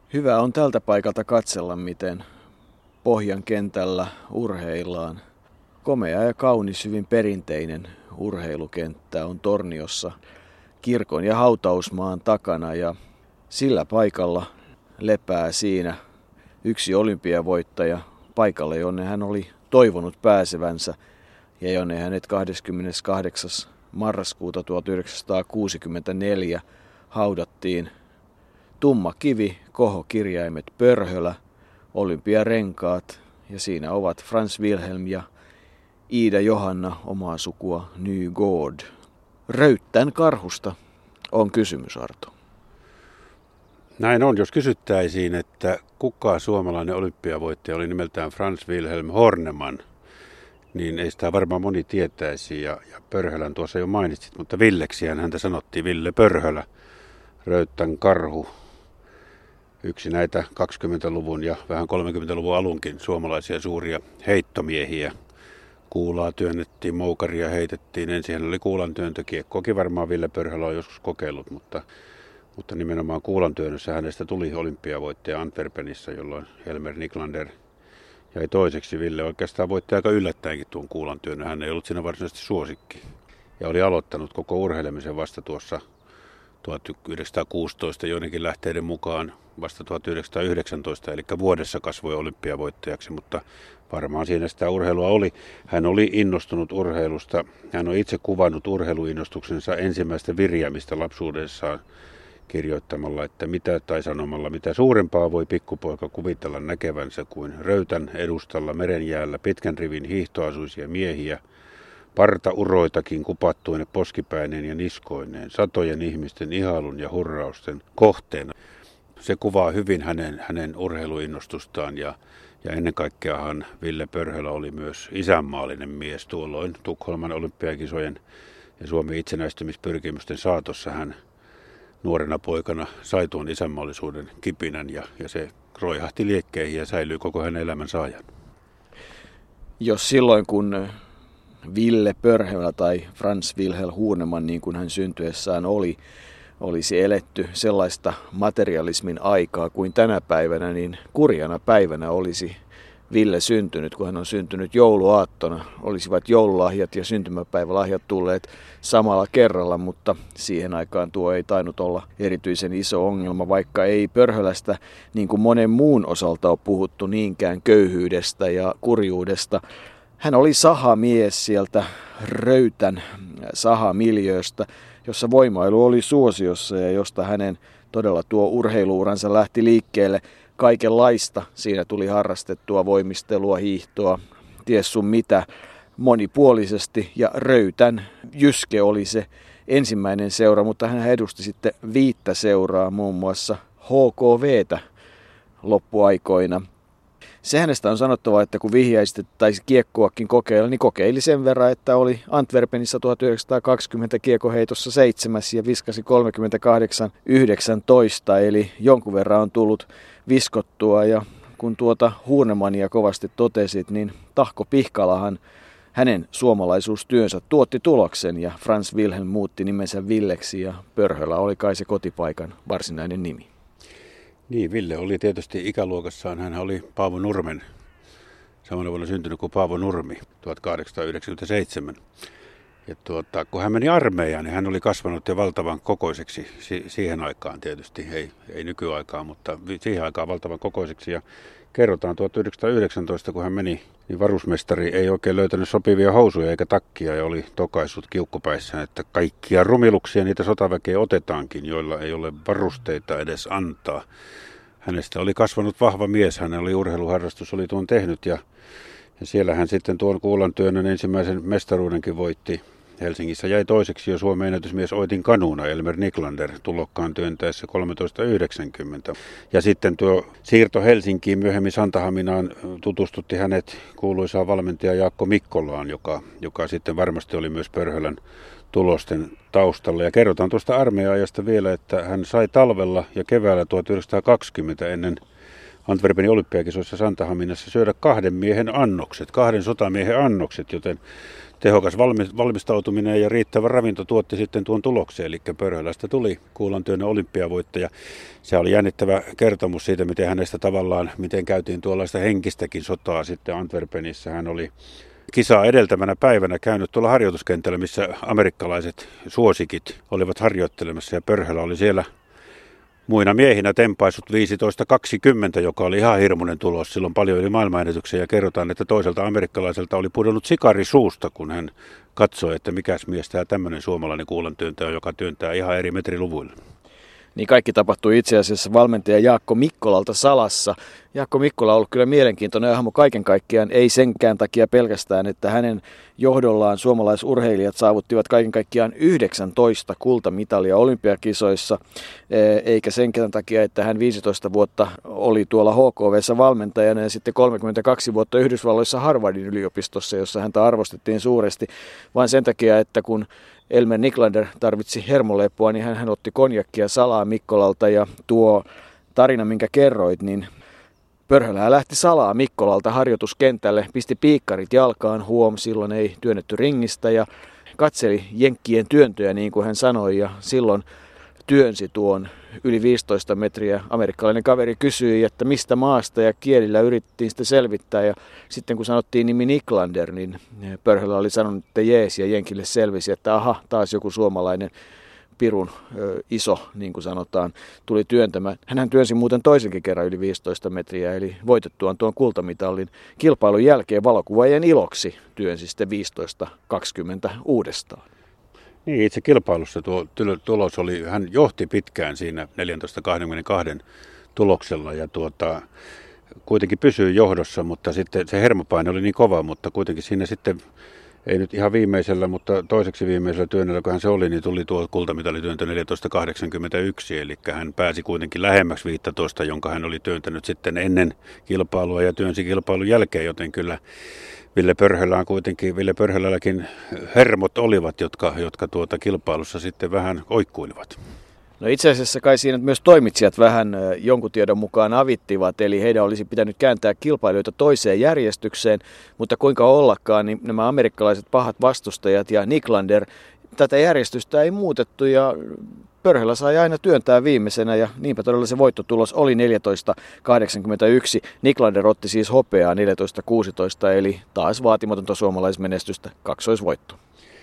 Hyvä on tältä paikalta katsella, miten Pohjan kentällä urheillaan. Komea ja kaunis, hyvin perinteinen urheilukenttä on Torniossa kirkon ja hautausmaan takana ja sillä paikalla lepää siinä yksi olympiavoittaja paikalle, jonne hän oli toivonut pääsevänsä ja jonne hänet 28. marraskuuta 1964 haudattiin. Tumma kivi, kohokirjaimet Pörhölä, olympiarenkaat ja siinä ovat Frans Wilhelm ja Iida Johanna, omaa sukua Nygård. Röyttän karhusta on kysymys, Arto. Näin on, jos kysyttäisiin, että kuka suomalainen olympiavoittaja oli nimeltään Frans Wilhelm Horneman, niin ei sitä varmaan moni tietäisi. Ja Pörhölän tuossa jo mainitsit, mutta Villeksihän häntä sanottiin, Ville Pörhölä, Röyttän karhu. Yksi näitä 20-luvun ja vähän 30-luvun alunkin suomalaisia suuria heittomiehiä. Kuulaa työnnettiin, moukaria heitettiin. Ensin hän oli kuulantyöntökiekkoakin varmaan Ville Pörhölä on joskus kokeillut, mutta nimenomaan kuulantyönnössä hänestä tuli olympiavoittaja Antwerpenissa, jolloin Helmer Niklander jäi toiseksi. Ville oikeastaan voitti aika yllättäenkin tuon kuulantyönnön. Hän ei ollut siinä varsinaisesti suosikki ja oli aloittanut koko urheilemisen vasta tuossa 1916 joidenkin lähteiden mukaan vasta 1919, eli vuodessa kasvoi olympiavoittajaksi, mutta varmaan siinä sitä urheilua oli. Hän oli innostunut urheilusta. Hän on itse kuvannut urheiluinnostuksensa ensimmäistä virjäämistä lapsuudessaan kirjoittamalla, että sanomalla, mitä suurempaa voi pikkupoika kuvitella näkevänsä kuin Röytän edustalla merenjäällä pitkän rivin hiihtoasuisia miehiä, partauroitakin kupattuine poskipäineen ja niskoineen, satojen ihmisten ihailun ja hurrausten kohteena. Se kuvaa hyvin hänen urheiluinnostustaan ja ennen kaikkeahan Ville Pörhölä oli myös isänmaallinen mies tuolloin Tukholman olympiakisojen ja Suomen itsenäistymispyrkimysten saatossa hän nuorena poikana sai tuon isänmaallisuuden kipinän ja se roihahti liekkeihin ja säilyy koko hänen elämänsä ajan. Jos silloin kun Ville Pörhölä tai Frans Wilhelm Horneman, niin kuin hän syntyessään olisi eletty sellaista materialismin aikaa kuin tänä päivänä, niin kurjana päivänä olisi Ville syntynyt, kun hän on syntynyt jouluaattona. Olisivat joululahjat ja syntymäpäivälahjat tulleet samalla kerralla, mutta siihen aikaan tuo ei tainnut olla erityisen iso ongelma, vaikka ei Pörhölästä niin kuin monen muun osalta ole puhuttu niinkään köyhyydestä ja kurjuudesta. Hän oli sahamies sieltä Röytän sahamiljööstä, jossa voimailu oli suosiossa ja josta hänen todella tuo urheiluuransa lähti liikkeelle kaikenlaista. Siinä tuli harrastettua voimistelua, hiihtoa, ties sun mitä monipuolisesti ja Röytän Jyske oli se ensimmäinen seura, mutta hän edusti sitten 5 seuraa, muun muassa HKV:tä loppuaikoina. Se hänestä on sanottava, että kun vihjaisit, että taisi kiekkoakin kokeilla, niin kokeili sen verran, että oli Antwerpenissa 1920 kiekoheitossa 7. ja viskasi 38-19, eli jonkun verran on tullut viskottua. Ja kun tuota Hornemania kovasti totesit, niin Tahko Pihkalahan hänen suomalaisuustyönsä tuotti tuloksen ja Frans Wilhelm muutti nimensä Villeksi ja Pörhölä oli kai se kotipaikan varsinainen nimi. Niin, Ville oli tietysti ikäluokassaan, hän oli Paavo Nurmen, samana vuonna syntynyt kuin Paavo Nurmi, 1897. Ja kun hän meni armeijaan, niin hän oli kasvanut jo valtavan kokoiseksi siihen aikaan tietysti, ei nykyaikaan, mutta siihen aikaan valtavan kokoiseksi. Ja kerrotaan 1919, kun hän meni, niin varusmestari ei oikein löytänyt sopivia housuja eikä takkia ja oli tokaissut kiukkupäissään, että kaikkia rumiluksia niitä sotaväkeä otetaankin, joilla ei ole varusteita edes antaa. Hänestä oli kasvanut vahva mies, hänen oli urheiluharrastus, oli tuon tehnyt ja siellä hän sitten tuon kuulantyönnön ensimmäisen mestaruudenkin voitti. Helsingissä jäi toiseksi jo Suomen ennätysmies Oitin kanuuna, Elmer Niklander, tulokkaan työntäessä 13.90. Ja sitten tuo siirto Helsinkiin myöhemmin Santahaminaan tutustutti hänet kuuluisaan valmentaja Jaakko Mikkolaan, joka sitten varmasti oli myös Pörhölän tulosten taustalla. Ja kerrotaan tuosta armeija-ajasta vielä, että hän sai talvella ja keväällä 1920 ennen Antwerpenin olympiakisoissa Santahaminassa syödä kahden sotamiehen annokset, joten tehokas valmistautuminen ja riittävä ravinto tuotti sitten tuon tuloksen, eli Pörhölästä tuli kuulantyönnön olympiavoittaja. Se oli jännittävä kertomus siitä, miten hänestä tavallaan, miten käytiin tuollaista henkistäkin sotaa sitten Antwerpenissä. Hän oli kisaa edeltävänä päivänä käynyt tuolla harjoituskentällä, missä amerikkalaiset suosikit olivat harjoittelemassa, ja Pörhölä oli siellä muina miehinä tempaissut 15.20, joka oli ihan hirmuinen tulos. Silloin paljon yli maailmanennätyksiä, ja kerrotaan, että toiselta amerikkalaiselta oli pudonnut sikari suusta, kun hän katsoi, että mikäs mies tämä tämmöinen suomalainen kuulantyöntäjä, joka työntää ihan eri metriluvuilla. Niin kaikki tapahtui itse asiassa valmentaja Jaakko Mikkolalta salassa. Jaakko Mikkola on ollut kyllä mielenkiintoinen hahmo kaiken kaikkiaan, ei senkään takia pelkästään, että hänen johdollaan suomalaisurheilijat saavuttivat kaiken kaikkiaan 19 kultamitalia olympiakisoissa, eikä senkään takia, että hän 15 vuotta oli tuolla HKV:ssä valmentajana ja sitten 32 vuotta Yhdysvalloissa Harvardin yliopistossa, jossa häntä arvostettiin suuresti, vaan sen takia, että kun Elmer Niklander tarvitsi hermolepoa, niin hän otti konjakkia salaa Mikkolalta, ja tuo tarina, minkä kerroit, niin Pörhölä lähti salaa Mikkolalta harjoituskentälle, pisti piikkarit jalkaan, silloin ei työnnetty ringistä, ja katseli jenkkien työntöjä, niin kuin hän sanoi, ja silloin työnsi tuon yli 15 metriä. Amerikkalainen kaveri kysyi, että mistä maasta, ja kielillä yritettiin sitä selvittää, ja sitten kun sanottiin nimi Niklander, niin Pörhölä oli sanonut, että jees, ja jenkille selvisi, että aha, taas joku suomalainen pirun iso, niin kuin sanotaan, tuli työntämään. Hänhän työnsi muuten toisenkin kerran yli 15 metriä, eli voitettuaan tuon kultamitalin kilpailun jälkeen valokuvaajien iloksi työnsi sitten 15.20 uudestaan. Niin, itse kilpailussa tuo tulos oli, hän johti pitkään siinä 14.22 tuloksella, ja kuitenkin pysyi johdossa, mutta sitten se hermopaine oli niin kova, mutta kuitenkin siinä sitten, ei nyt ihan viimeisellä, mutta toiseksi viimeisellä työnnöllä, kun hän se oli, niin tuli tuo kultamitalityöntö 14.81, eli hän pääsi kuitenkin lähemmäksi 15, jonka hän oli työntänyt sitten ennen kilpailua ja työnsi kilpailun jälkeen, joten kyllä Ville Pörhölälläkin hermot olivat, jotka kilpailussa sitten vähän oikkuilivat. No itse asiassa kai siinä myös toimitsijat vähän jonkun tiedon mukaan avittivat, eli heidän olisi pitänyt kääntää kilpailijoita toiseen järjestykseen, mutta kuinka ollakaan, niin nämä amerikkalaiset pahat vastustajat ja Niklander, tätä järjestystä ei muutettu, ja Pörhölä sai aina työntää viimeisenä, ja niinpä todella se voittotulos oli 14.81. Niklander otti siis hopeaa 14.16, eli taas vaatimatonta suomalaismenestystä, kaksoisvoitto.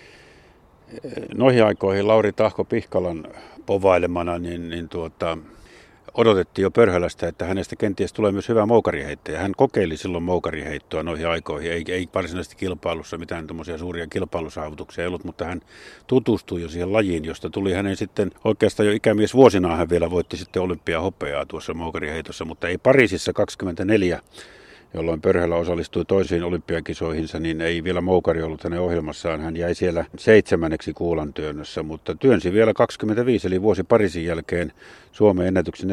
Noihin aikoihin Lauri Tahko Pihkalan povailemana odotettiin jo Pörhölästä, että hänestä kenties tulee myös hyvä moukariheittäjä. Hän kokeili silloin moukariheittoa noihin aikoihin, ei varsinaisesti kilpailussa mitään tämmöisiä suuria kilpailusaavutuksia ei ollut, mutta hän tutustui jo siihen lajiin, josta tuli hänen sitten oikeastaan jo ikämies vuosinaan hän vielä voitti sitten olympiahopeaa tuossa moukariheitossa, mutta ei Pariisissa 24, jolloin Pörhölä osallistui toisiin olympiakisoihinsa, niin ei vielä moukari ollut hänen ohjelmassaan. Hän jäi siellä 7. kuulantyönnössä, mutta työnsi vielä 25, eli vuosi Pariisin jälkeen Suomen ennätyksen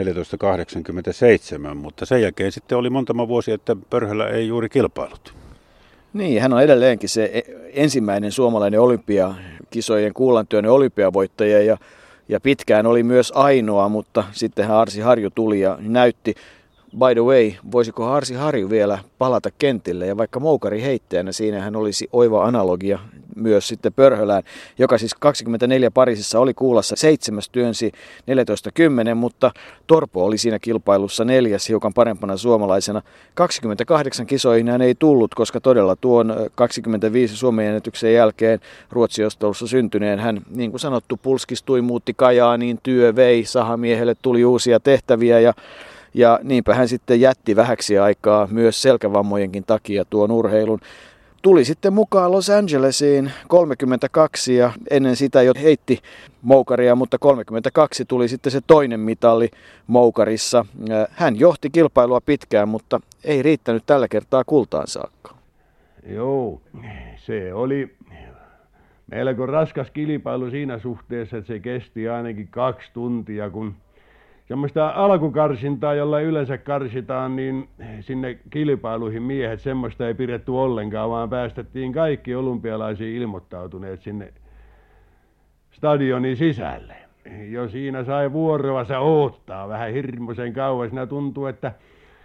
14.87, mutta sen jälkeen sitten oli montama vuosi, että Pörhölä ei juuri kilpailut. Niin, hän on edelleenkin se ensimmäinen suomalainen olympiakisojen kuulantyönnön olympiavoittaja, ja pitkään oli myös ainoa, mutta sittenhän Arsi Harju tuli ja näytti. By the way, voisiko Arsi Harju vielä palata kentille, ja vaikka moukari heittäjänä, siinähän olisi oiva analogia myös sitten Pörhölään, joka siis 24 Pariisissa oli kuulassa 7. työnsi 14.10, mutta Torpo oli siinä kilpailussa 4. hiukan parempana suomalaisena. 28 kisoihin hän ei tullut, koska todella tuon 25 Suomen ennätyksen jälkeen Ruotsi-ostelussa syntyneen hän, niin kuin sanottu, pulskistui, muutti Kajaaniin, työ vei, sahamiehelle tuli uusia tehtäviä, ja niinpä hän sitten jätti vähäksi aikaa myös selkävammojenkin takia tuon urheilun. Tuli sitten mukaan Los Angelesiin 32, ja ennen sitä jo heitti moukaria, mutta 32 tuli sitten se toinen mitali moukarissa. Hän johti kilpailua pitkään, mutta ei riittänyt tällä kertaa kultaan saakka. Joo, se oli melko raskas kilpailu siinä suhteessa, että se kesti ainakin 2 tuntia, kun semmoista alkukarsintaa, jolla yleensä karsitaan, niin sinne kilpailuihin miehet, semmoista ei pidetty ollenkaan, vaan päästettiin kaikki olympialaisiin ilmoittautuneet sinne stadionin sisälle. Jo siinä sai vuoroansa odottaa vähän hirmuisen kauan. Siinä tuntuu, että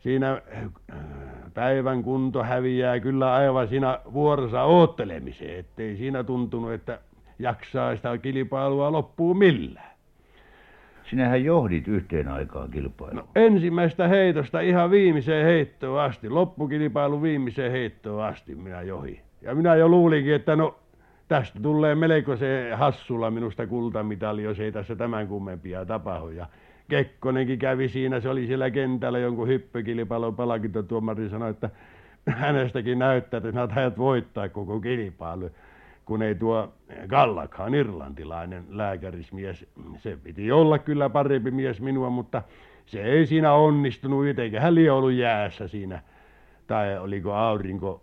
siinä päivän kunto häviää kyllä aivan siinä vuorossa oottelemiseen, ettei siinä tuntunut, että jaksaa sitä kilpailua loppuun millään. Sinähän johdit yhteen aikaan kilpailua. No, ensimmäistä heitosta ihan viimeiseen heittoon asti, loppukilpailun viimeiseen heittoon asti minä johdin. Ja minä jo luulinkin, että no tästä tulee melkoisen hassulla minusta kultamitali, jos ei tässä tämän kummempia tapahdu. Ja Kekkonenkin kävi siinä, se oli siellä kentällä jonkun hyppykilpailun palkintotuomari sanoi, että hänestäkin näyttää, että sinä tajat voittaa koko kilpailu. Kun ei tuo Gallaghan, irlantilainen lääkärismies, se piti olla kyllä parempi mies minua, mutta se ei siinä onnistunut, eikä hän liian ollut jäässä siinä. Tai oliko aurinko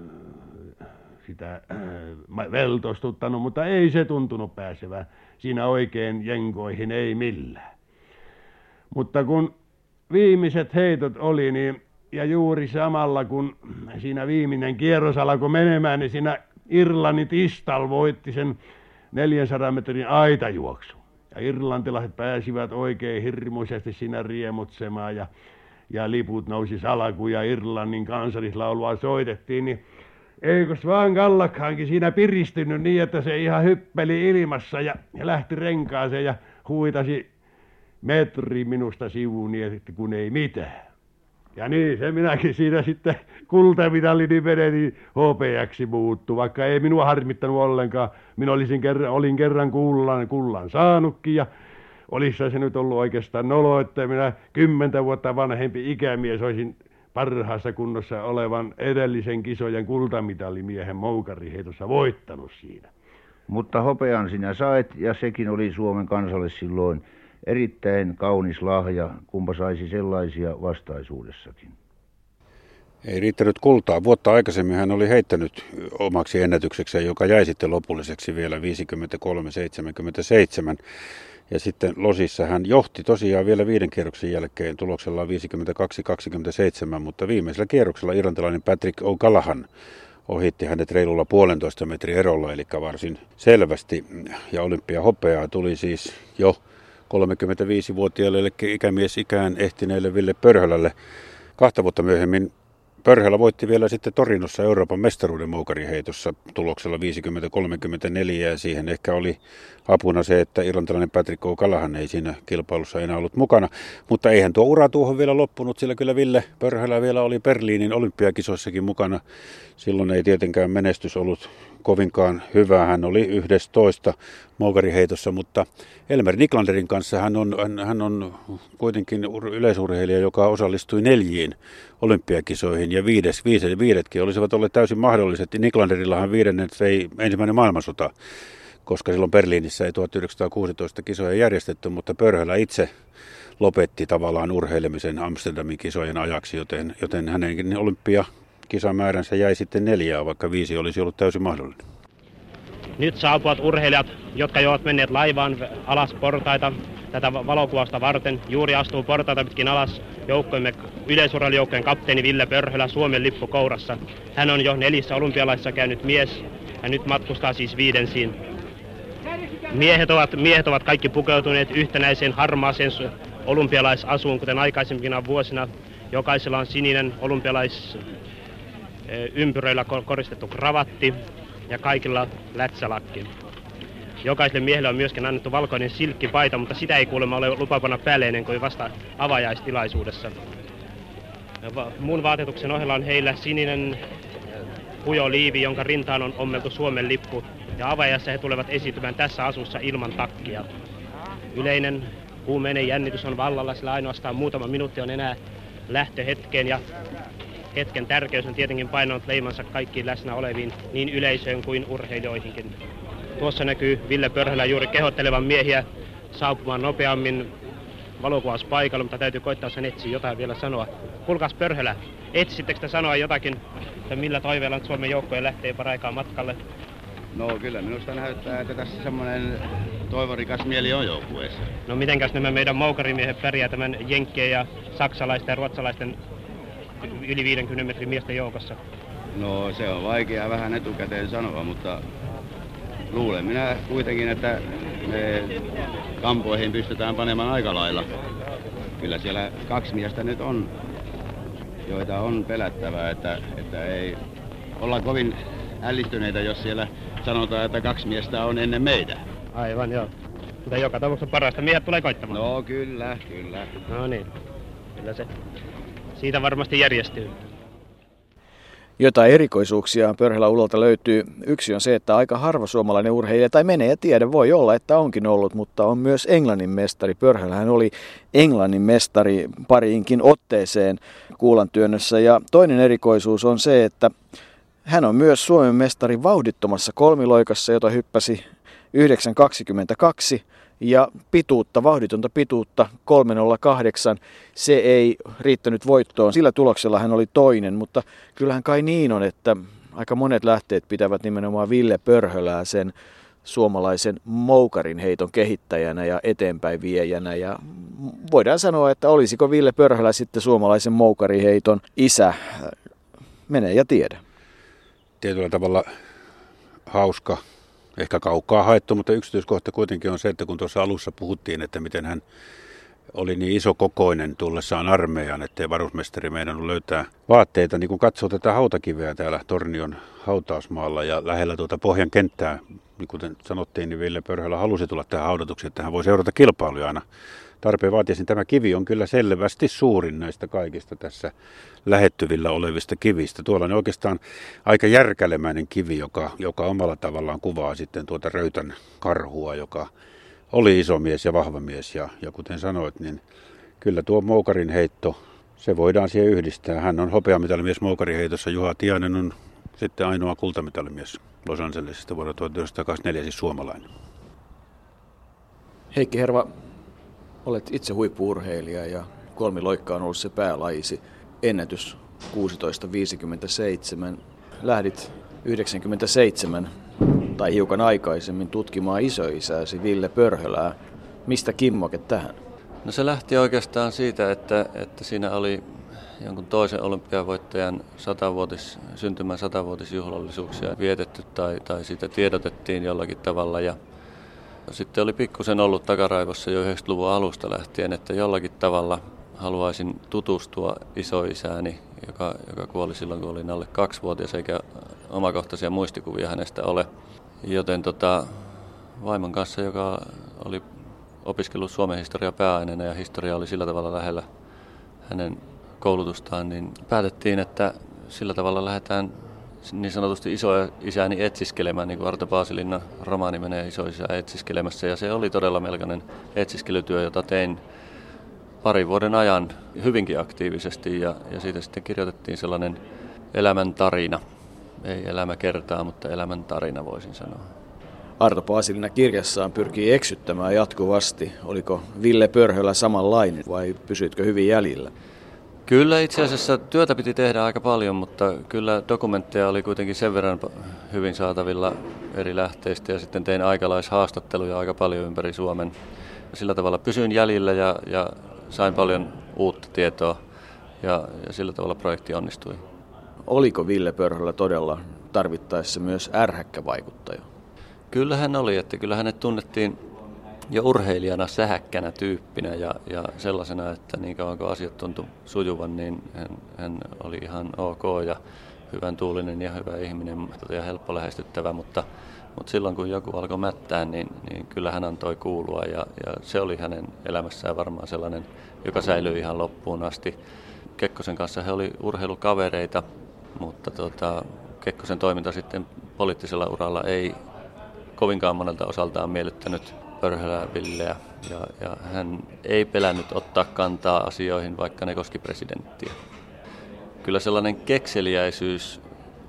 sitä veltostuttanut, mutta ei se tuntunut pääsevän siinä oikein jenkoihin, ei millään. Mutta kun viimeiset heitot oli, niin, ja juuri samalla kun siinä viimeinen kierros alkoi menemään, niin siinä Irlannin Tistal voitti sen 400 metrin aitajuoksu. Ja irlantilaiset pääsivät oikein hirmuisesti siinä riemutsemaan ja liput nousi salkuun ja Irlannin kansallislaulua soitettiin, niin eikös vaan Gallaghankin siinä piristynyt niin, että se ihan hyppeli ilmassa ja lähti renkaaseen ja huitasi metri minusta sivuun niin, että kun ei mitään. Ja niin, se minäkin siinä sitten kultamitallini menetin hopeaksi muuttu, vaikka ei minua harmittanut ollenkaan. Minä olin kerran kullan saanutkin ja olisi se nyt ollut oikeastaan nolo, että minä 10 vuotta vanhempi ikämies olisin parhaassa kunnossa olevan edellisen kisojen kultamitallimiehen moukariheitossa voittanut siinä. Mutta hopean sinä sait ja sekin oli Suomen kansalle silloin erittäin kaunis lahja, kumpa saisi sellaisia vastaisuudessakin. Ei riittänyt kultaa. Vuotta aikaisemmin hän oli heittänyt omaksi ennätyksekseen, joka jäi sitten lopulliseksi vielä 53-77. Ja sitten Losissa hän johti tosiaan vielä 5 kierroksen jälkeen tuloksella 52-27, mutta viimeisellä kierroksella irlantilainen Patrick O'Callaghan ohitti hänet reilulla 1,5 metrin erolla, eli varsin selvästi. Ja olympiahopeaa tuli siis jo 35-vuotiaalle, eli ikämiesikään ehtineelle Ville Pörhölälle. 2 vuotta myöhemmin Pörhölä voitti vielä sitten Torinossa Euroopan mestaruuden moukariheitossa tuloksella 50-34 ja siihen ehkä oli apuna se, että irlantilainen Patrick O'Callaghan ei siinä kilpailussa enää ollut mukana. Mutta eihän tuo ura tuohon vielä loppunut, sillä kyllä Ville Pörhölä vielä oli Berliinin olympiakisoissakin mukana. Silloin ei tietenkään menestys ollut kovinkaan hyvä. Hän oli 11 moukariheitossa, mutta Elmer Niklanderin kanssa hän on kuitenkin yleisurheilija, joka osallistui 4 olympiakisoihin ja viidetkin olisivat olleet täysin mahdolliset. Niklanderillahan 5. vei ensimmäinen maailmansota, koska silloin Berliinissä ei 1916 kisoja järjestetty, mutta Pörhölä itse lopetti tavallaan urheilemisen Amsterdamin kisojen ajaksi, joten hänenkin olympiakisamääränsä jäi sitten 4, vaikka 5 olisi ollut täysin mahdollinen. Nyt saapuvat urheilijat, jotka jo ovat menneet laivaan alas portaita tätä valokuvausta varten. Juuri astuu portaita pitkin alas yleisurheilujoukkojen kapteeni Ville Pörhölä, Suomen lippu kourassa. Hän on jo 4 olympialaisissa käynyt mies ja nyt matkustaa siis 5. Miehet ovat kaikki pukeutuneet yhtenäiseen harmaaseen olympialaisasuun, kuten aikaisempina vuosina. Jokaisella on sininen olympialaisympyröillä koristettu kravatti ja kaikilla lätsälakki. Jokaiselle miehelle on myöskin annettu valkoinen silkkipaita, mutta sitä ei kuulemma ole lupa panna päälle ennen kuin vasta avajaistilaisuudessa. Muun vaatetuksen ohella on heillä sininen pujoliivi, jonka rintaan on ommeltu Suomen lippu. Ja avajassa he tulevat esiintymään tässä asussa ilman takkia. Yleinen kuumeinen jännitys on vallalla, sillä ainoastaan muutama minuutti on enää lähtöhetkeen. Ja hetken tärkeys on tietenkin painanut leimansa kaikkiin läsnä oleviin, niin yleisöön kuin urheilijoihinkin. Tuossa näkyy Ville Pörhölä juuri kehottelevan miehiä saapumaan nopeammin valokuvauspaikalle, mutta täytyy koittaa, jos hän etsii jotain vielä sanoa. Kuulkaas Pörhölä, etsittekö te sanoa jotakin, että millä toiveella nyt Suomen joukkojen lähtee paraikaa matkalle? No kyllä minusta näyttää, että tässä semmoinen toivorikas mieli on joukkueessa. No mitenkäs nämä meidän moukarimiehet pärjää tämän jenkkien ja saksalaisten ja ruotsalaisten yli 50 metrin miesten joukossa? No se on vaikea vähän etukäteen sanoa, mutta luulen minä kuitenkin, että me kampoihin pystytään panemaan aika lailla. Kyllä siellä 2 miestä nyt on joita on pelättävää, että ei olla kovin ällistyneitä, jos siellä sanotaan, että 2 miestä on ennen meitä. Aivan, joo. Mutta joka tapauksessa parasta miehet tulee koittamaan. No kyllä. No niin, kyllä se siitä varmasti järjestyy. Jotain erikoisuuksia Pörhälän Ulolta löytyy. Yksi on se, että aika harva suomalainen urheilija, tai menee ja tiedä, voi olla, että onkin ollut, mutta on myös Englannin mestari. Pörhälä oli Englannin mestari pariinkin otteeseen kuulantyönnössä. Ja toinen erikoisuus on se, että hän on myös Suomen mestari vauhdittomassa kolmiloikassa, jota hyppäsi 9.22 ja vauhditonta pituutta 3.08. Se ei riittänyt voittoon. Sillä tuloksella hän oli toinen, mutta kyllähän kai niin on, että aika monet lähteet pitävät nimenomaan Ville Pörhölää sen suomalaisen moukarin heiton kehittäjänä ja eteenpäin viejänä. Ja voidaan sanoa, että olisiko Ville Pörhölä sitten suomalaisen moukariheiton isä? Mene ja tiedä. Tietyllä tavalla hauska, ehkä kaukaa haettu, mutta yksityiskohta kuitenkin on se, että kun tuossa alussa puhuttiin, että miten hän oli niin isokokoinen tullessaan armeijaan, ettei varusmestari meinannut löytää vaatteita, niin kun katsoo tätä hautakiveä täällä Tornion hautausmaalla ja lähellä tuota Pohjan kenttää, niin kuten sanottiin, niin Ville Pörhälä halusi tulla tähän haudatuksi, että hän voi seurata kilpailuja aina tarpeen vaatiessa. Tämä kivi on kyllä selvästi suurin näistä kaikista tässä lähettyvillä olevista kivistä. Tuolla on oikeastaan aika järkälemäinen kivi, joka omalla tavallaan kuvaa sitten tuota Röytän karhua, joka oli iso mies ja vahva mies. Ja kuten sanoit, niin kyllä tuo moukarin heitto, se voidaan siihen yhdistää. Hän on hopeamitalimies moukariheitossa. Juha Tiainen on sitten ainoa kultamitalimies Los Angelesista vuonna 1924, siis suomalainen. Heikki Herva, olet itse huippu-urheilija ja kolmiloikka on ollut se päälajisi. Ennätys 16.57. Lähdit 97 tai hiukan aikaisemmin tutkimaan isoisääsi Ville Pörhölää. Mistä kimmoke tähän? No se lähti oikeastaan siitä, että siinä oli jonkun toisen olympiavoittajan syntymän 100-vuotisjuhlallisuuksia vietetty tai siitä tiedotettiin jollakin tavalla. Ja sitten oli pikkusen ollut takaraivossa jo 90-luvun alusta lähtien, että jollakin tavalla haluaisin tutustua isoisääni, joka kuoli silloin, kun olin alle 2-vuotias, eikä omakohtaisia muistikuvia hänestä ole. Joten vaimon kanssa, joka oli opiskellut Suomen historia pääaineena ja historia oli sillä tavalla lähellä hänen koulutustaan, niin päätettiin, että sillä tavalla lähdetään niin sanotusti isoisäni etsiskelemään, niin kuin Arto Paasilinnan romaani menee isoisää etsiskelemässä. Ja se oli todella melkoinen etsiskelytyö, jota tein parin vuoden ajan hyvinkin aktiivisesti. Ja siitä sitten kirjoitettiin sellainen elämäntarina. Ei elämäkertaa, mutta elämäntarina voisin sanoa. Arto Paasilinna kirjassaan pyrkii eksyttämään jatkuvasti. Oliko Ville Pörhölä samanlainen vai pysyitkö hyvin jäljillä? Kyllä itse asiassa työtä piti tehdä aika paljon, mutta kyllä dokumentteja oli kuitenkin sen verran hyvin saatavilla eri lähteistä ja sitten tein aikalaishaastatteluja aika paljon ympäri Suomen. Sillä tavalla pysyin jäljillä ja sain paljon uutta tietoa ja sillä tavalla projekti onnistui. Oliko Ville Pörhölä todella tarvittaessa myös ärhäkkä vaikuttaja? Kyllä hän oli, että kyllä hänet tunnettiin jo urheilijana sähäkkänä tyyppinä ja sellaisena, että niin kauan kun asiat tuntui sujuvan, niin hän oli ihan ok ja hyvän tuulinen ja hyvä ihminen ja helppo lähestyttävä, mutta silloin kun joku alkoi mättää, niin kyllä hän antoi kuulua ja se oli hänen elämässään varmaan sellainen, joka säilyi ihan loppuun asti. Kekkosen kanssa he oli urheilukavereita, mutta Kekkosen toiminta sitten poliittisella uralla ei kovinkaan monelta osaltaan miellyttänyt Pörhölää Villeä ja hän ei pelännyt ottaa kantaa asioihin, vaikka ne koski presidenttiä. Kyllä sellainen kekseliäisyys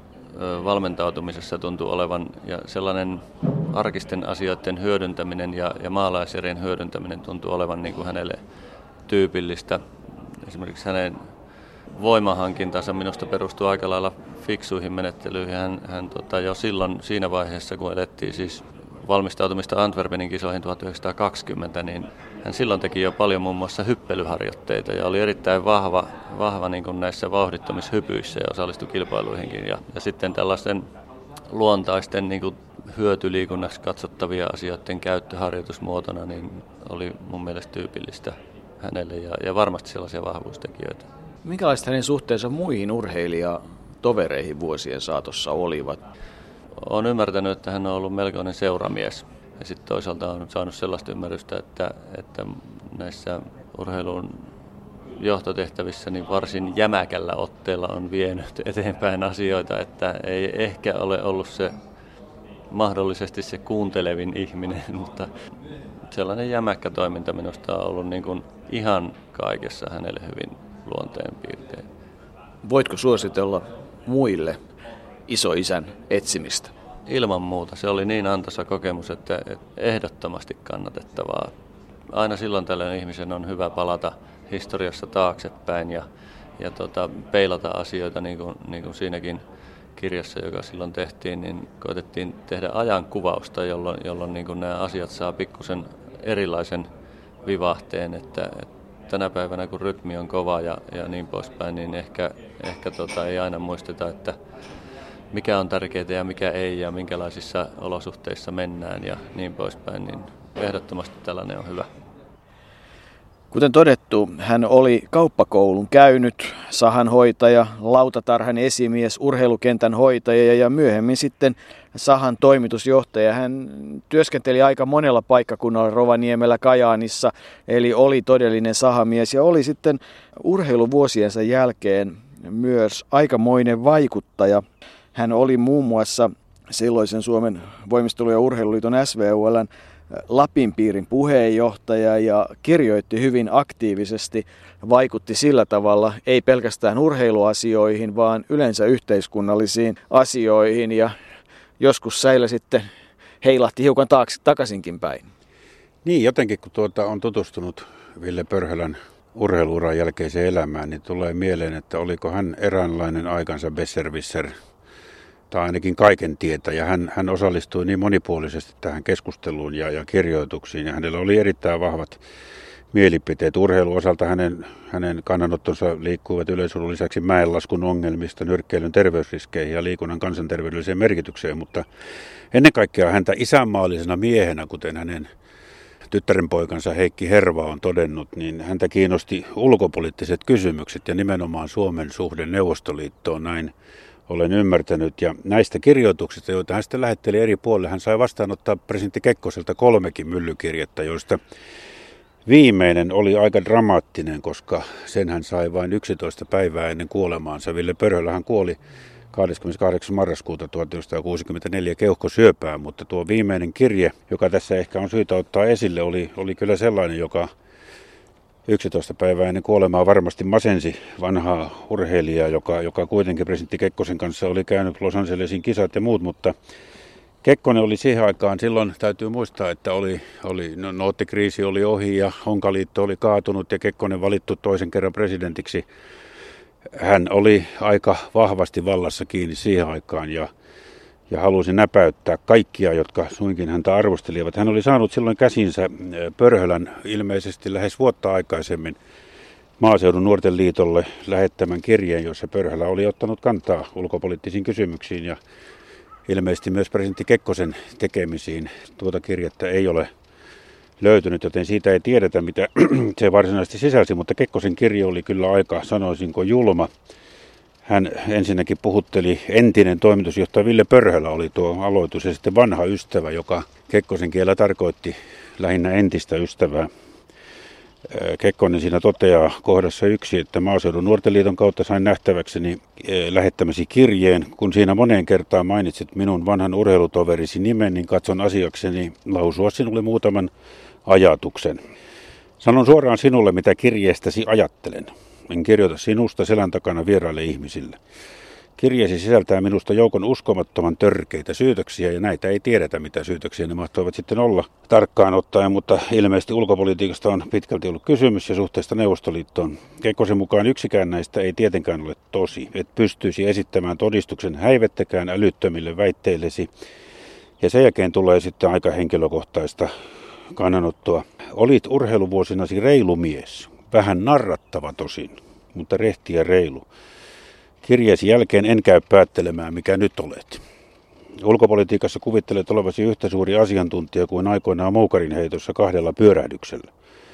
valmentautumisessa tuntuu olevan ja sellainen arkisten asioiden hyödyntäminen ja maalaisjärjen hyödyntäminen tuntuu olevan niin kuin hänelle tyypillistä. Esimerkiksi hänen voimahankintansa minusta perustuu aika lailla fiksuihin menettelyihin. Hän jo silloin siinä vaiheessa, kun elettiin siis valmistautumista Antwerpenin kisoihin 1920, niin hän silloin teki jo paljon muun muassa hyppelyharjoitteita ja oli erittäin vahva niin kuin näissä vauhdittomishypyissä ja osallistui kilpailuihinkin. Ja sitten tällaisten luontaisten niin kuin hyötyliikunnaksi katsottavia asioiden käyttö harjoitusmuotona niin oli mun mielestä tyypillistä hänelle ja varmasti sellaisia vahvuustekijöitä. Minkälaiset hänen suhteensa muihin urheilijatovereihin vuosien saatossa olivat? Olen ymmärtänyt, että hän on ollut melkoinen seuramies. Ja sitten toisaalta on saanut sellaista ymmärrystä, että näissä urheilun johtotehtävissä niin varsin jämäkällä otteella on vienyt eteenpäin asioita, että ei ehkä ole ollut se mahdollisesti se kuuntelevin ihminen, mutta sellainen jämäkkä toiminta minusta on ollut niin kuin ihan kaikessa hänelle hyvin luonteenpiirtein. Voitko suositella muille isoisän etsimistä? Ilman muuta. Se oli niin antoisa kokemus, että ehdottomasti kannatettavaa. Aina silloin tällöin ihmisen on hyvä palata historiassa taaksepäin ja peilata asioita niin kuin siinäkin kirjassa, joka silloin tehtiin, niin koetettiin tehdä ajankuvausta, jolloin niin kuin nämä asiat saa pikkusen erilaisen vivahteen, että tänä päivänä kun rytmi on kova ja niin poispäin, niin ehkä ei aina muisteta, että mikä on tärkeää ja mikä ei ja minkälaisissa olosuhteissa mennään ja niin poispäin, niin ehdottomasti tällainen on hyvä. Kuten todettu, hän oli kauppakoulun käynyt, sahanhoitaja, lautatarhan esimies, urheilukentän hoitaja ja myöhemmin sitten sahan toimitusjohtaja. Hän työskenteli aika monella paikkakunnalla Rovaniemellä, Kajaanissa, eli oli todellinen sahamies ja oli sitten urheiluvuosiensa jälkeen myös aikamoinen vaikuttaja. Hän oli muun muassa silloisen Suomen voimistelu- ja urheiluliiton SVUL:n Lapin piirin puheenjohtaja ja kirjoitti hyvin aktiivisesti, vaikutti sillä tavalla ei pelkästään urheiluasioihin, vaan yleensä yhteiskunnallisiin asioihin ja joskus säilö sitten heilahti hiukan takaisinkin päin. Niin, jotenkin kun on tutustunut Ville Pörhölän urheiluuran jälkeiseen elämään, niin tulee mieleen, että oliko hän eräänlainen aikansa besserwisser tai ainakin kaiken tietäjä. Hän osallistui niin monipuolisesti tähän keskusteluun ja kirjoituksiin ja hänellä oli erittäin vahvat mielipiteet. Urheilun osalta hänen kannanottonsa liikkuivat yleisurun lisäksi mäenlaskun ongelmista, nyrkkeilyn terveysriskeihin ja liikunnan kansanterveydelliseen merkitykseen, mutta ennen kaikkea häntä isänmaallisena miehenä, kuten hänen tyttärenpoikansa Heikki Herva on todennut, niin häntä kiinnosti ulkopoliittiset kysymykset ja nimenomaan Suomen suhde Neuvostoliittoon, näin olen ymmärtänyt. Ja näistä kirjoituksista, joita hän sitten lähetteli eri puolille, hän sai vastaanottaa presidentti Kekkoselta 3 myllykirjettä, joista viimeinen oli aika dramaattinen, koska sen hän sai vain 11 päivää ennen kuolemaansa. Ville Pörhölä hän kuoli 28. marraskuuta 1964 keuhkosyöpään, mutta tuo viimeinen kirje, joka tässä ehkä on syytä ottaa esille, oli kyllä sellainen, joka 11 päivää ennen kuolemaa varmasti masensi vanhaa urheilijaa, joka kuitenkin presidentti Kekkosen kanssa oli käynyt Los Angelesin kisat ja muut, mutta Kekkonen oli siihen aikaan, silloin täytyy muistaa, että noottikriisi oli ohi ja Honkaliitto oli kaatunut ja Kekkonen valittu toisen kerran presidentiksi. Hän oli aika vahvasti vallassa kiinni siihen aikaan ja halusi näpäyttää kaikkia, jotka suinkin häntä arvostelivat. Hän oli saanut silloin käsinsä Pörhölän ilmeisesti lähes vuotta aikaisemmin Maaseudun nuorten liitolle lähettämän kirjeen, jossa Pörhölä oli ottanut kantaa ulkopoliittisiin kysymyksiin ja ilmeisesti myös presidentti Kekkosen tekemisiin. Tuota kirjettä ei ole löytynyt, joten siitä ei tiedetä, mitä se varsinaisesti sisälsi, mutta Kekkosen kirje oli kyllä aika, sanoisinko, julma. Hän ensinnäkin puhutteli, entinen toimitusjohtaja Ville Pörhölä oli tuo aloitus ja sitten vanha ystävä, joka Kekkosen kielellä tarkoitti lähinnä entistä ystävää. Kekkonen siinä toteaa kohdassa 1, että Maaseudun nuorten liiton kautta sain nähtäväkseni lähettämäsi kirjeen. Kun siinä moneen kertaan mainitsit minun vanhan urheilutoverisi nimen, niin katson asiakseni lausua sinulle muutaman ajatuksen. Sanon suoraan sinulle, mitä kirjeestäsi ajattelen. En kirjoita sinusta selän takana vieraille ihmisille. Kirjeesi sisältää minusta joukon uskomattoman törkeitä syytöksiä ja näitä ei tiedetä, mitä syytöksiä ne mahtoivat sitten olla tarkkaan ottaen, mutta ilmeisesti ulkopolitiikasta on pitkälti ollut kysymys ja suhteesta Neuvostoliittoon. Kekkosen mukaan yksikään näistä ei tietenkään ole tosi, et pystyisi esittämään todistuksen häivettäkään älyttömille väitteillesi. Ja sen jälkeen tulee sitten aika henkilökohtaista kannanottoa. Olit urheiluvuosinasi reilu mies, vähän narrattava tosin, mutta rehti ja reilu. Kirjeesi jälkeen en käy päättelemään, mikä nyt olet. Ulkopolitiikassa kuvittelet olevasi yhtä suuri asiantuntija kuin aikoinaan Moukarin heitossa 2 pyörähdyksellä.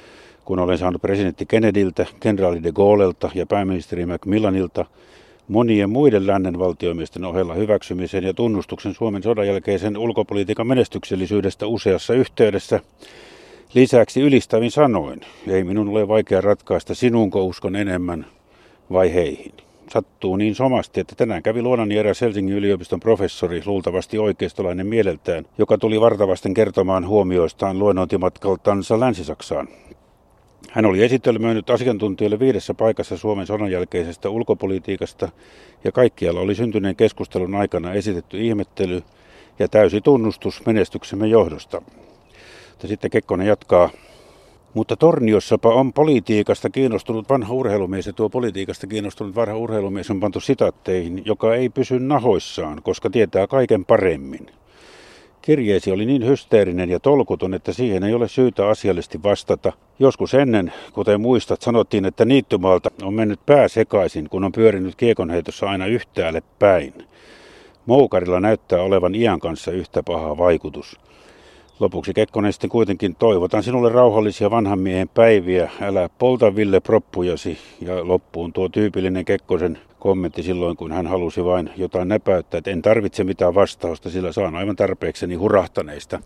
kun olen saanut presidentti Kennedyltä, kenraali de Gaulelta ja pääministeri Macmillanilta monien muiden lännen valtiomiesten ohella hyväksymisen ja tunnustuksen Suomen sodan jälkeisen ulkopolitiikan menestyksellisyydestä useassa yhteydessä. Lisäksi ylistävin sanoin, ei minun ole vaikea ratkaista, sinuunko uskon enemmän vai heihin. Sattuu niin somasti, että tänään kävi luonani eräs Helsingin yliopiston professori, luultavasti oikeistolainen mieleltään, joka tuli vartavasten kertomaan huomioistaan luennointimatkaltansa Länsi-Saksaan. Hän oli esitelmöinyt asiantuntijoille 5 paikassa Suomen sodan jälkeisestä ulkopolitiikasta ja kaikkialla oli syntyneen keskustelun aikana esitetty ihmettely ja täysi tunnustus menestyksemme johdosta. Mutta sitten Kekkonen jatkaa. Mutta Torniossapa on politiikasta kiinnostunut vanha urheilumies ja tuo politiikasta kiinnostunut vanha urheilumies on pantu sitaatteihin, joka ei pysy nahoissaan, koska tietää kaiken paremmin. Kirjeesi oli niin hysteerinen ja tolkuton, että siihen ei ole syytä asiallisesti vastata. Joskus ennen, kuten muistat, sanottiin, että Niittymaalta on mennyt pää sekaisin, kun on pyörinyt kiekonheitossa aina yhtäälle päin. Moukarilla näyttää olevan iän kanssa yhtä paha vaikutus. Lopuksi Kekkonen sitten kuitenkin toivotan sinulle rauhallisia vanhan miehen päiviä, älä polta Ville proppujasi, ja loppuun tuo tyypillinen Kekkosen kommentti silloin, kun hän halusi vain jotain näpäyttää, että en tarvitse mitään vastausta, sillä saan aivan tarpeekseni hurahtaneista.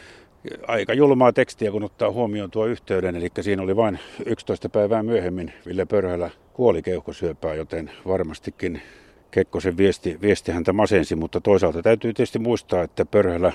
Aika julmaa tekstiä, kun ottaa huomioon tuo yhteyden, eli siinä oli vain 11 päivää myöhemmin Ville Pörhälä kuoli keuhkosyöpään, joten varmastikin Kekkosen viesti häntä masensi, mutta toisaalta täytyy tietysti muistaa, että Pörhälä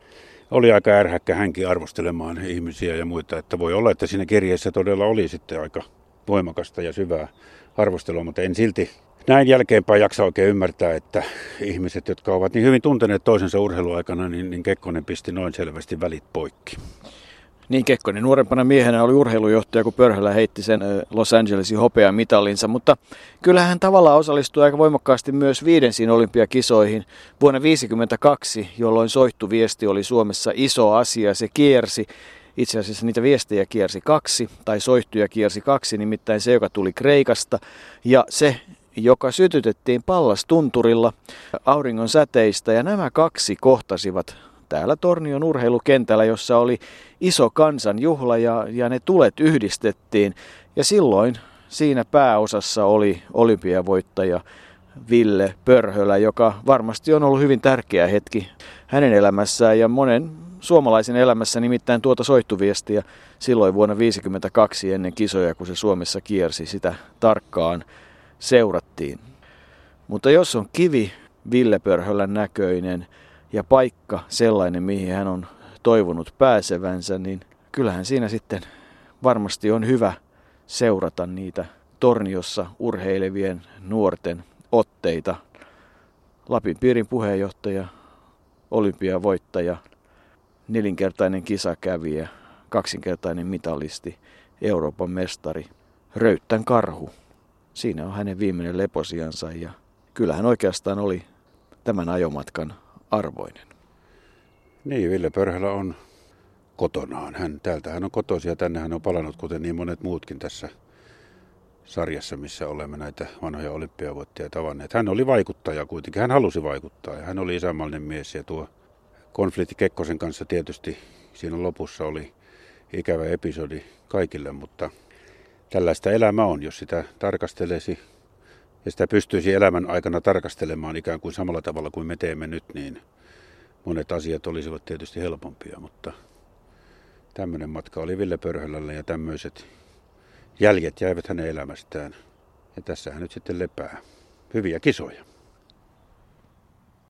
oli aika ärhäkkä hänkin arvostelemaan ihmisiä ja muita, että voi olla, että siinä kirjeessä todella oli sitten aika voimakasta ja syvää arvostelua, mutta en silti näin jälkeenpäin jaksa oikein ymmärtää, että ihmiset, jotka ovat niin hyvin tunteneet toisensa urheiluaikana, niin Kekkonen pisti noin selvästi välit poikki. Niin, Kekkonen nuorempana miehenä oli urheilujohtaja, kun Pörhälä heitti sen Los Angelesin hopeamitalinsa, mutta kyllähän hän tavallaan osallistui aika voimakkaasti myös Viidensin olympiakisoihin vuonna 1952, jolloin soihtuviesti oli Suomessa iso asia. Se kiersi, itse asiassa niitä viestejä kiersi 2, tai soihtuja kiersi 2, nimittäin se, joka tuli Kreikasta, ja se, joka sytytettiin Pallastunturilla auringon säteistä, ja nämä 2 kohtasivat täällä Tornion urheilukentällä, jossa oli iso kansanjuhla ja ne tulet yhdistettiin. Ja silloin siinä pääosassa oli olympiavoittaja Ville Pörhölä, joka varmasti on ollut hyvin tärkeä hetki hänen elämässään ja monen suomalaisen elämässä, nimittäin tuota soihtuviestiä silloin vuonna 1952 ennen kisoja, kun se Suomessa kiersi, sitä tarkkaan seurattiin. Mutta jos on kivi Ville Pörhölän näköinen ja paikka sellainen, mihin hän on toivonut pääsevänsä, niin kyllähän siinä sitten varmasti on hyvä seurata niitä Torniossa urheilevien nuorten otteita. Lapin piirin puheenjohtaja, olympiavoittaja, 4-kertainen kisakävijä, 2-kertainen mitalisti, Euroopan mestari, Röyttän Karhu. Siinä on hänen viimeinen leposiansa ja kyllähän oikeastaan oli tämän ajomatkan arvoinen. Niin, Ville Pörhälä on kotonaan. Täältä hän on kotoisin ja tänne hän on palannut, kuten niin monet muutkin tässä sarjassa, missä olemme näitä vanhoja olympiavoittajia tavanneet. Hän oli vaikuttaja kuitenkin, hän halusi vaikuttaa ja hän oli isänmaallinen mies ja tuo konflikti Kekkosen kanssa tietysti siinä lopussa oli ikävä episodi kaikille, mutta tällaista elämä on, jos sitä tarkastelisi ja sitä pystyisi elämän aikana tarkastelemaan ikään kuin samalla tavalla kuin me teemme nyt, niin monet asiat olisivat tietysti helpompia, mutta tämmöinen matka oli Ville Pörhälällä ja tämmöiset jäljet jäivät hänen elämästään. Ja tässä hän nyt sitten lepää. Hyviä kisoja.